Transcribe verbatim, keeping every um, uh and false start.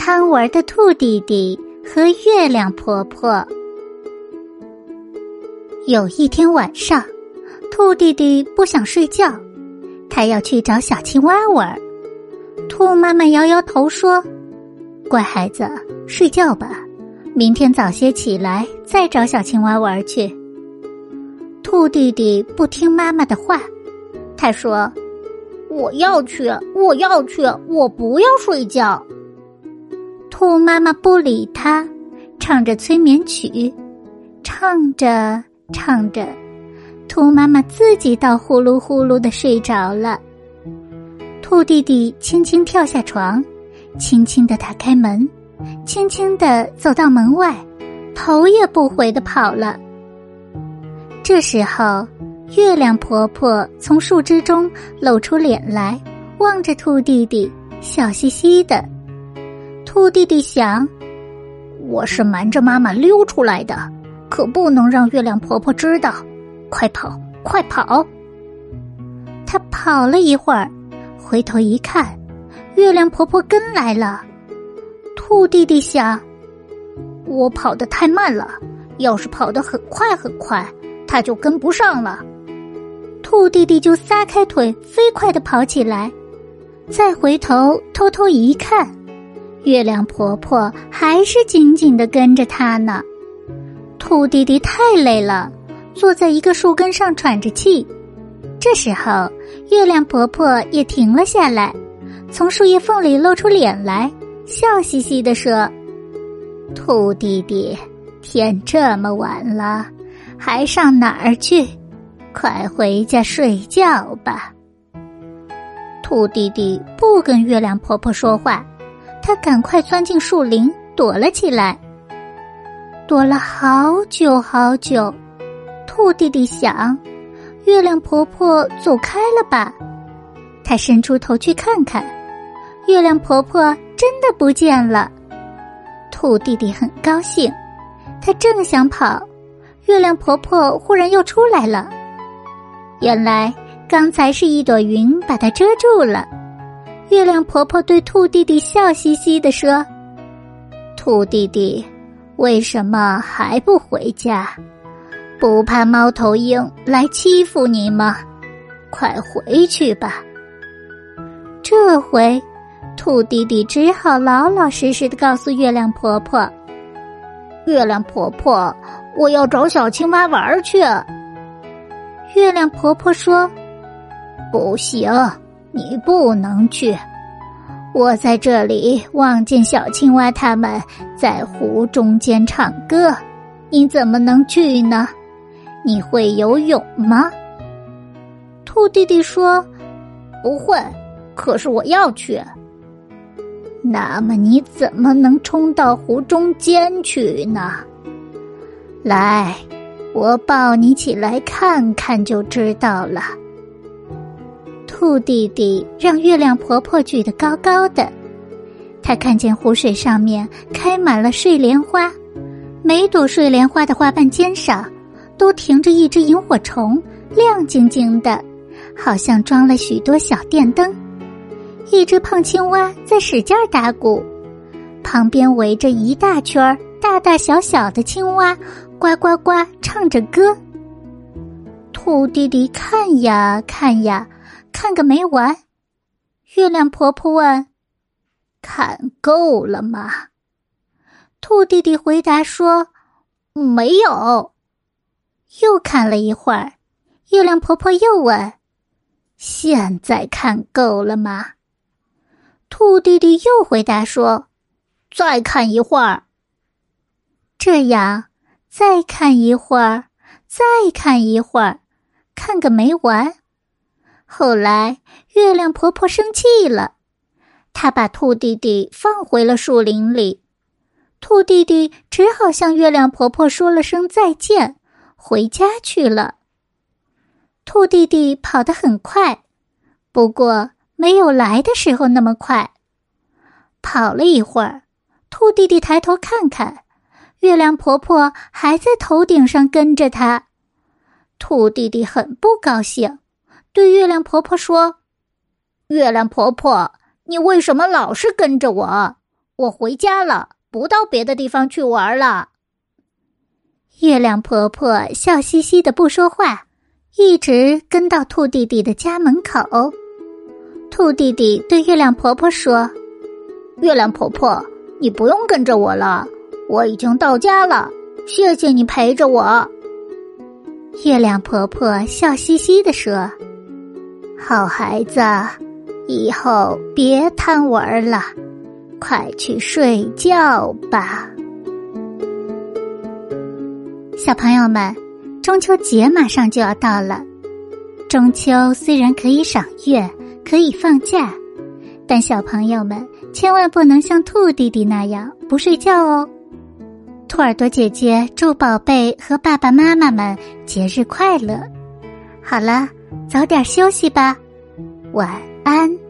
贪玩的兔弟弟和月亮婆婆。有一天晚上，兔弟弟不想睡觉，他要去找小青蛙玩。兔妈妈摇摇头说：乖孩子，睡觉吧，明天早些起来再找小青蛙玩去。兔弟弟不听妈妈的话，他说：我要去，我要去，我不要睡觉。兔妈妈不理他，唱着催眠曲，唱着唱着，兔妈妈自己倒呼噜呼噜地睡着了。兔弟弟轻轻跳下床，轻轻地打开门，轻轻地走到门外，头也不回地跑了。这时候，月亮婆婆从树枝中露出脸来，望着兔弟弟，笑嘻嘻的。兔弟弟想，我是瞒着妈妈溜出来的，可不能让月亮婆婆知道，快跑，快跑！他跑了一会儿，回头一看，月亮婆婆跟来了。兔弟弟想，我跑得太慢了，要是跑得很快很快，她就跟不上了。兔弟弟就撒开腿，飞快地跑起来。再回头偷偷一看，月亮婆婆还是紧紧地跟着他呢。兔弟弟太累了，坐在一个树根上喘着气。这时候，月亮婆婆也停了下来，从树叶缝里露出脸来，笑嘻嘻地说：兔弟弟，天这么晚了，还上哪儿去？快回家睡觉吧。兔弟弟不跟月亮婆婆说话，他赶快钻进树林躲了起来。躲了好久好久，兔弟弟想，月亮婆婆走开了吧。他伸出头去看看，月亮婆婆真的不见了。兔弟弟很高兴，他正想跑，月亮婆婆忽然又出来了。原来刚才是一朵云把它遮住了。月亮婆婆对兔弟弟笑嘻嘻地说：兔弟弟，为什么还不回家？不怕猫头鹰来欺负你吗？快回去吧。这回兔弟弟只好老老实实地告诉月亮婆婆：月亮婆婆，我要找小青蛙玩去。月亮婆婆说：不行，你不能去。我在这里望见小青蛙它们在湖中间唱歌，你怎么能去呢？你会游泳吗？兔弟弟说：不会，可是我要去。那么你怎么能冲到湖中间去呢？来，我抱你起来看看就知道了。兔弟弟让月亮婆婆举得高高的，他看见湖水上面开满了睡莲花，每朵睡莲花的花瓣尖上都停着一只萤火虫，亮晶晶的，好像装了许多小电灯。一只胖青蛙在使劲打鼓，旁边围着一大圈大大小小的青蛙，呱呱呱唱着歌。兔弟弟看呀看呀，看个没完。月亮婆婆问：看够了吗？兔弟弟回答说：没有。又看了一会儿，月亮婆婆又问：现在看够了吗？兔弟弟又回答说：再看一会儿。这样再看一会儿，再看一会儿，看个没完。后来月亮婆婆生气了，她把兔弟弟放回了树林里。兔弟弟只好向月亮婆婆说了声再见，回家去了。兔弟弟跑得很快，不过没有来的时候那么快。跑了一会儿，兔弟弟抬头看看，月亮婆婆还在头顶上跟着他。兔弟弟很不高兴，对月亮婆婆说：月亮婆婆，你为什么老是跟着我？ 我回家了，不到别的地方去玩了。月亮婆婆笑嘻嘻的不说话，一直跟到兔弟弟的家门口。兔弟弟对月亮婆婆说：月亮婆婆，你不用跟着我了，我已经到家了，谢谢你陪着我。月亮婆婆笑嘻嘻地说：好孩子，以后别贪玩了，快去睡觉吧。小朋友们，中秋节马上就要到了。中秋虽然可以赏月，可以放假，但小朋友们千万不能像兔弟弟那样不睡觉哦。兔耳朵姐姐祝宝贝和爸爸妈妈们节日快乐。好了，早点休息吧，晚安。